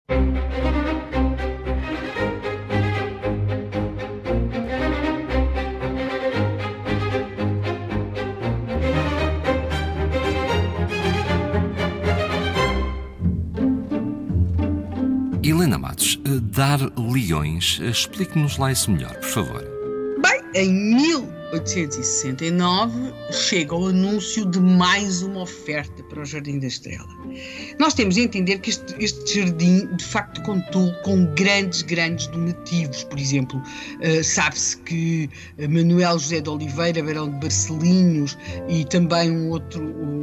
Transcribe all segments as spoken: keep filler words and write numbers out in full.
Helena Matos, dar leões, explique-nos lá isso melhor, por favor. Bem, em mil oitocentos e sessenta e nove chega o anúncio de mais uma oferta para o Jardim da Estrela. Nós temos de entender que este, este jardim, de facto, contou com grandes, grandes donativos. Por exemplo, uh, sabe-se que Manuel José de Oliveira, barão de Barcelinhos, e também um outro,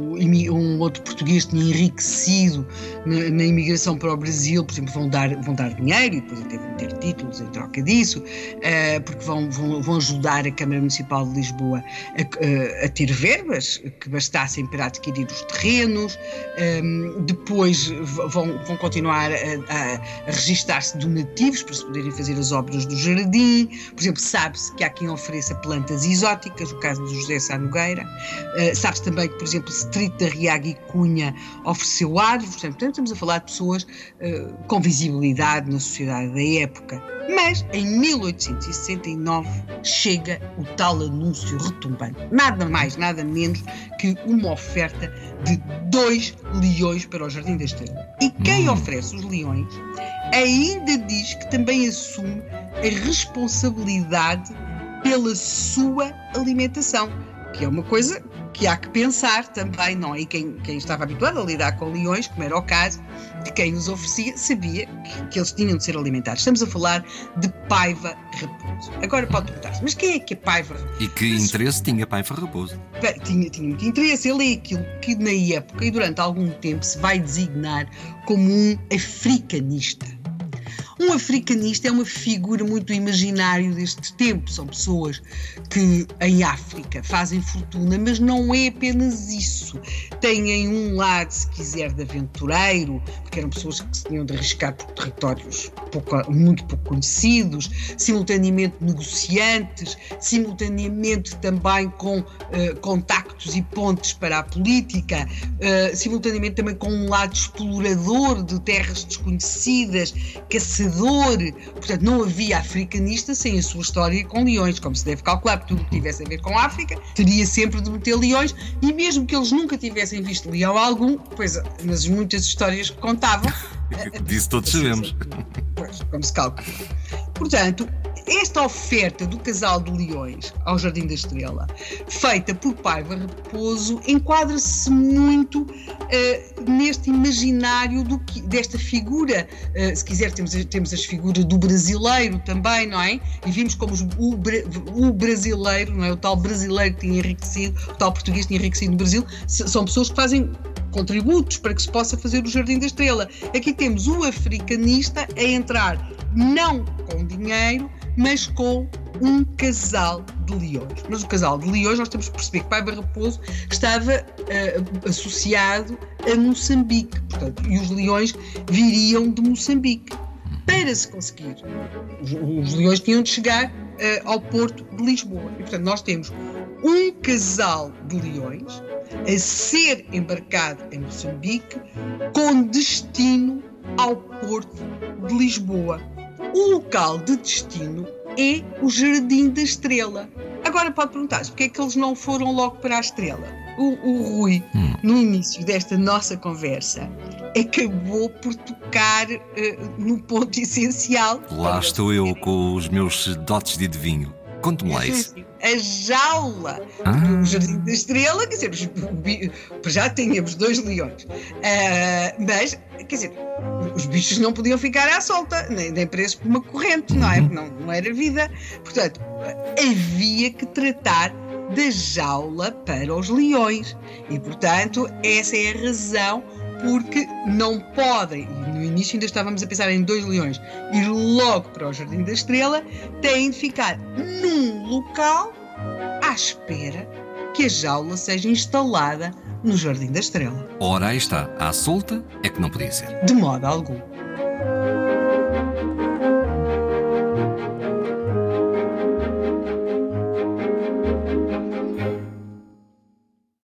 um outro português tinha enriquecido na, na imigração para o Brasil, por exemplo, vão dar, vão dar dinheiro e depois até vão ter títulos em troca disso, uh, porque vão, vão, vão ajudar a Câmara Municipal de Lisboa a, a, a ter verbas que bastassem para adquirir os terrenos. Um, depois vão, vão continuar a, a, a registar-se donativos para se poderem fazer as obras do jardim. Por exemplo, sabe-se que há quem ofereça plantas exóticas, o caso de José Sá Nogueira. Uh, sabe-se também que, por exemplo, Street da Riaga e Cunha ofereceu árvores. Portanto, estamos a falar de pessoas uh, com visibilidade na sociedade da época. Mas, em mil oitocentos e sessenta e nove, chega o tal anúncio retumbante. Nada mais, nada menos que uma oferta de dois leões para o Jardim da Estrela. E quem hum. oferece os leões ainda diz que também assume a responsabilidade pela sua alimentação, que é uma coisa que há que pensar também, não é? E quem, quem estava habituado a lidar com leões, como era o caso, de quem os oferecia, sabia que, que eles tinham de ser alimentados. Estamos a falar de Paiva Raposo. Agora pode perguntar-se, mas quem é que é Paiva Raposo? E que interesse tinha Paiva Raposo? Bem, tinha, tinha muito interesse. Ele é aquilo que na época e durante algum tempo se vai designar como um africanista. Um africanista é uma figura muito imaginário deste tempo. São pessoas que em África fazem fortuna, mas não é apenas isso. Têm um lado, se quiser, de aventureiro, porque eram pessoas que se tinham de arriscar por territórios pouco, muito pouco conhecidos, simultaneamente negociantes, simultaneamente também com uh, contactos e pontes para a política, uh, simultaneamente também com um lado explorador de terras desconhecidas, caçador. Portanto, não havia africanista sem a sua história com leões, como se deve calcular, porque tudo que tivesse a ver com a África teria sempre de meter leões, e mesmo que eles nunca tivessem visto leão algum, pois nas muitas histórias que contavam, disso todos sabemos. Pois, como se calcula. Portanto, esta oferta do casal de leões ao Jardim da Estrela, feita por Paiva Raposo, enquadra-se muito uh, neste imaginário do que, desta figura. Uh, se quiser, temos, temos as figuras do brasileiro também, não é? E vimos como os, o, o brasileiro, não é? O tal brasileiro que tinha enriquecido, o tal português que tinha enriquecido no Brasil, são pessoas que fazem contributos para que se possa fazer o Jardim da Estrela. Aqui temos o africanista a entrar não com dinheiro, mas com um casal de leões. Mas o casal de leões, nós temos que perceber que Paiva Raposo estava uh, associado a Moçambique, portanto, e os leões viriam de Moçambique. Para se conseguir, os, os leões tinham de chegar uh, ao porto de Lisboa. E, portanto, nós temos um casal de leões a ser embarcado em Moçambique com destino ao porto de Lisboa. O local de destino é o Jardim da Estrela. Agora pode perguntar-se porque é que eles não foram logo para a Estrela. O, o Rui, hum. no início desta nossa conversa, acabou por tocar uh, no ponto essencial. Lá estou eu com os meus dotes de adivinho. Conte-me lá isso. A jaula ah. do Jardim da Estrela, quer dizer, já tínhamos dois leões, uh, mas, quer dizer, os bichos não podiam ficar à solta, nem, nem presos por uma corrente, não é? Não, não era vida. Portanto, havia que tratar da jaula para os leões. E, portanto, essa é a razão porque não podem, e no início ainda estávamos a pensar em dois leões, ir logo para o Jardim da Estrela, têm de ficar num local à espera que a jaula seja instalada no Jardim da Estrela. Ora, aí está, à solta é que não podia ser. De modo algum.